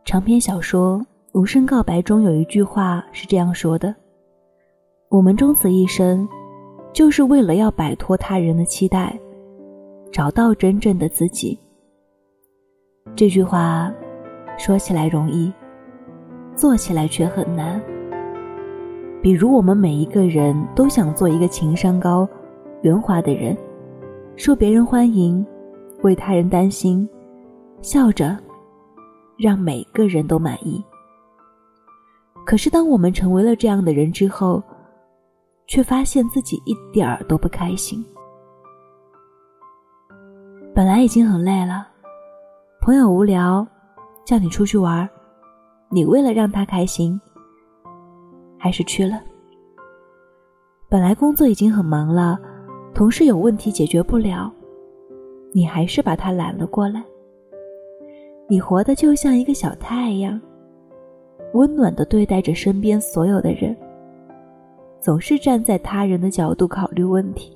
长篇小说《无声告白》中有一句话是这样说的：我们终此一生，就是为了要摆脱他人的期待，找到真正的自己。这句话说起来容易，做起来却很难。比如我们每一个人都想做一个情商高、圆滑的人，受别人欢迎，为他人担心，笑着让每个人都满意。可是当我们成为了这样的人之后，却发现自己一点儿都不开心。本来已经很累了，朋友无聊叫你出去玩，你为了让他开心还是去了。本来工作已经很忙了，同事有问题解决不了，你还是把他揽了过来。你活得就像一个小太阳，温暖地对待着身边所有的人，总是站在他人的角度考虑问题。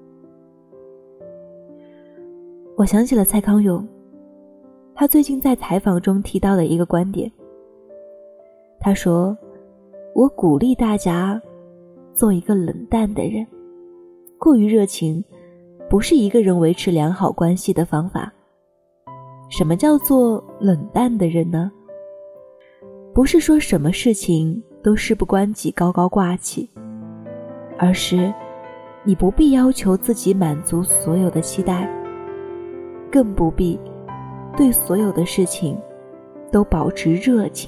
我想起了蔡康永，他最近在采访中提到的一个观点。他说，我鼓励大家做一个冷淡的人，过于热情不是一个人维持良好关系的方法。什么叫做冷淡的人呢？不是说什么事情都事不关己高高挂起，而是你不必要求自己满足所有的期待，更不必对所有的事情都保持热情。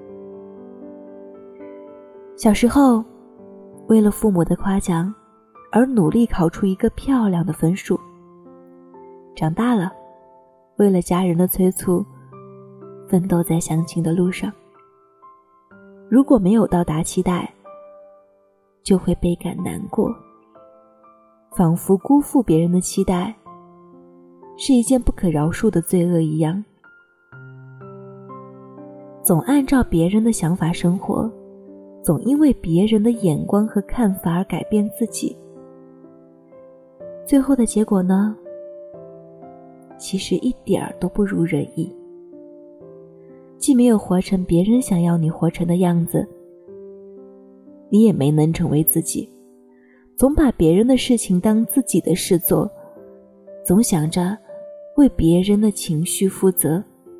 小时候为了父母的夸奖而努力考出一个漂亮的分数，长大了为了家人的催促奋斗在相亲的路上，如果没有到达期待，就会倍感难过，仿佛辜负别人的期待是一件不可饶恕的罪恶一样。总按照别人的想法生活，总因为别人的眼光和看法而改变自己，最后的结果呢，其实一点儿都不如人意。既没有活成别人想要你活成的样子，你也没能成为自己，总把别人的事情当自己的事做，总想着为别人的情绪负责。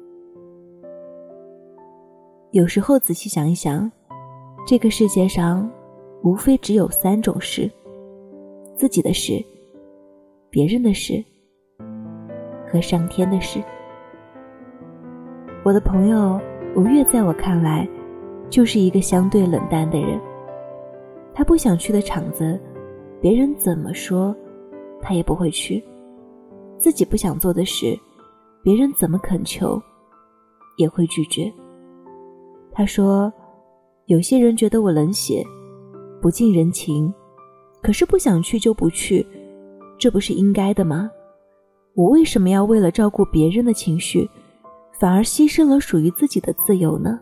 有时候仔细想一想，这个世界上无非只有3种事：自己的事、别人的事和上天的事。我的朋友吴越在我看来就是一个相对冷淡的人，他不想去的场子，别人怎么说他也不会去；自己不想做的事，别人怎么恳求也会拒绝。他说，有些人觉得我冷血不近人情，可是不想去就不去，这不是应该的吗？我为什么要为了照顾别人的情绪，反而牺牲了属于自己的自由呢？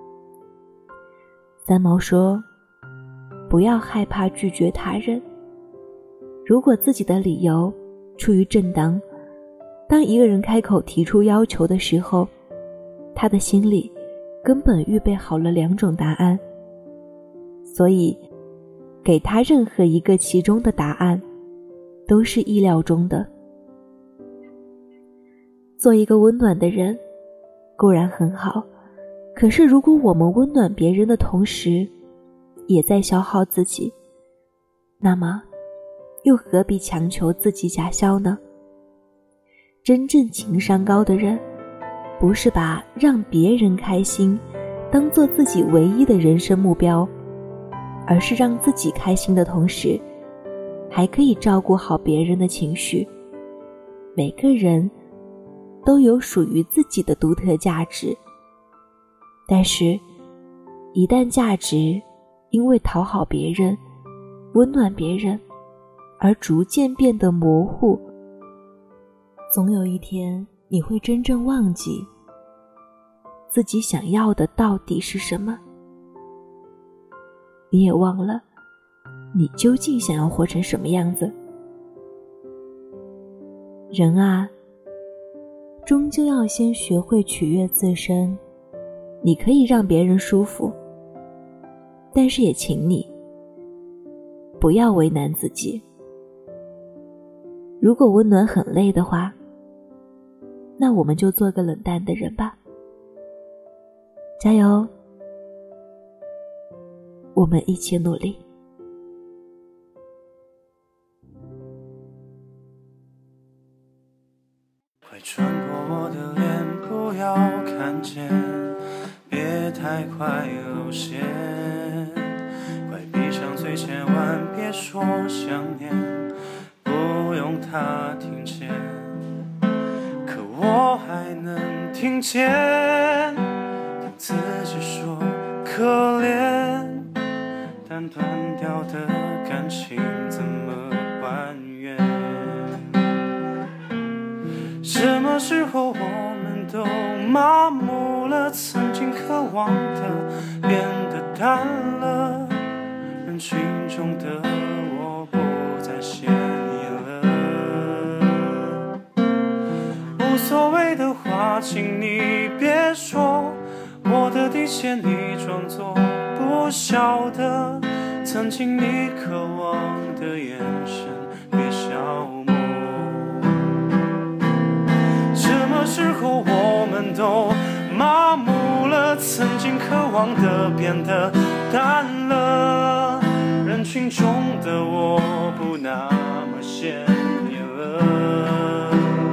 三毛说，不要害怕拒绝他人，如果自己的理由出于正当，当一个人开口提出要求的时候，他的心里根本预备好了2种答案，所以给他任何一个其中的答案都是意料中的。做一个温暖的人固然很好，可是如果我们温暖别人的同时也在消耗自己，那么又何必强求自己假笑呢？真正情商高的人，不是把让别人开心当做自己唯一的人生目标，而是让自己开心的同时还可以照顾好别人的情绪。每个人都有属于自己的独特价值，但是一旦价值因为讨好别人、温暖别人而逐渐变得模糊，总有一天你会真正忘记自己想要的到底是什么，你也忘了你究竟想要活成什么样子。人啊，终究要先学会取悦自身， 你可以让别人舒服，但是也请你不要为难自己。如果温暖很累的话，那我们就做个冷淡的人吧。加油，我们一起努力。 快穿过我的脸，不要看见，别太快露馅，快闭上嘴，千万别说想念，不用他听见，可我还能听见，听自己说可怜，但断掉的感情怎么还原？什么时候我们都麻木了，曾经渴望的变得淡了，人群中的我不再显眼了。无所谓的话请你别说，我的底线你装作不晓得，曾经你渴望的眼神别消磨。什么时候我们都麻木了，曾经渴望的变得淡了，人群中的我不那么显眼了。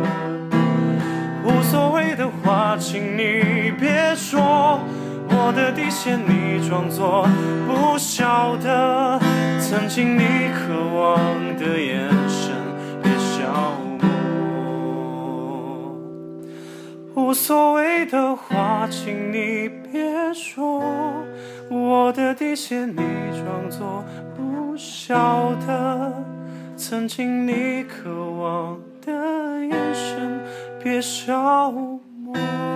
无所谓的话请你别说，我的底线你装作不晓得，曾经你渴望的眼神别消磨。无所谓的话请你别说，我的底线你装作不晓得，曾经你渴望的眼神别消磨。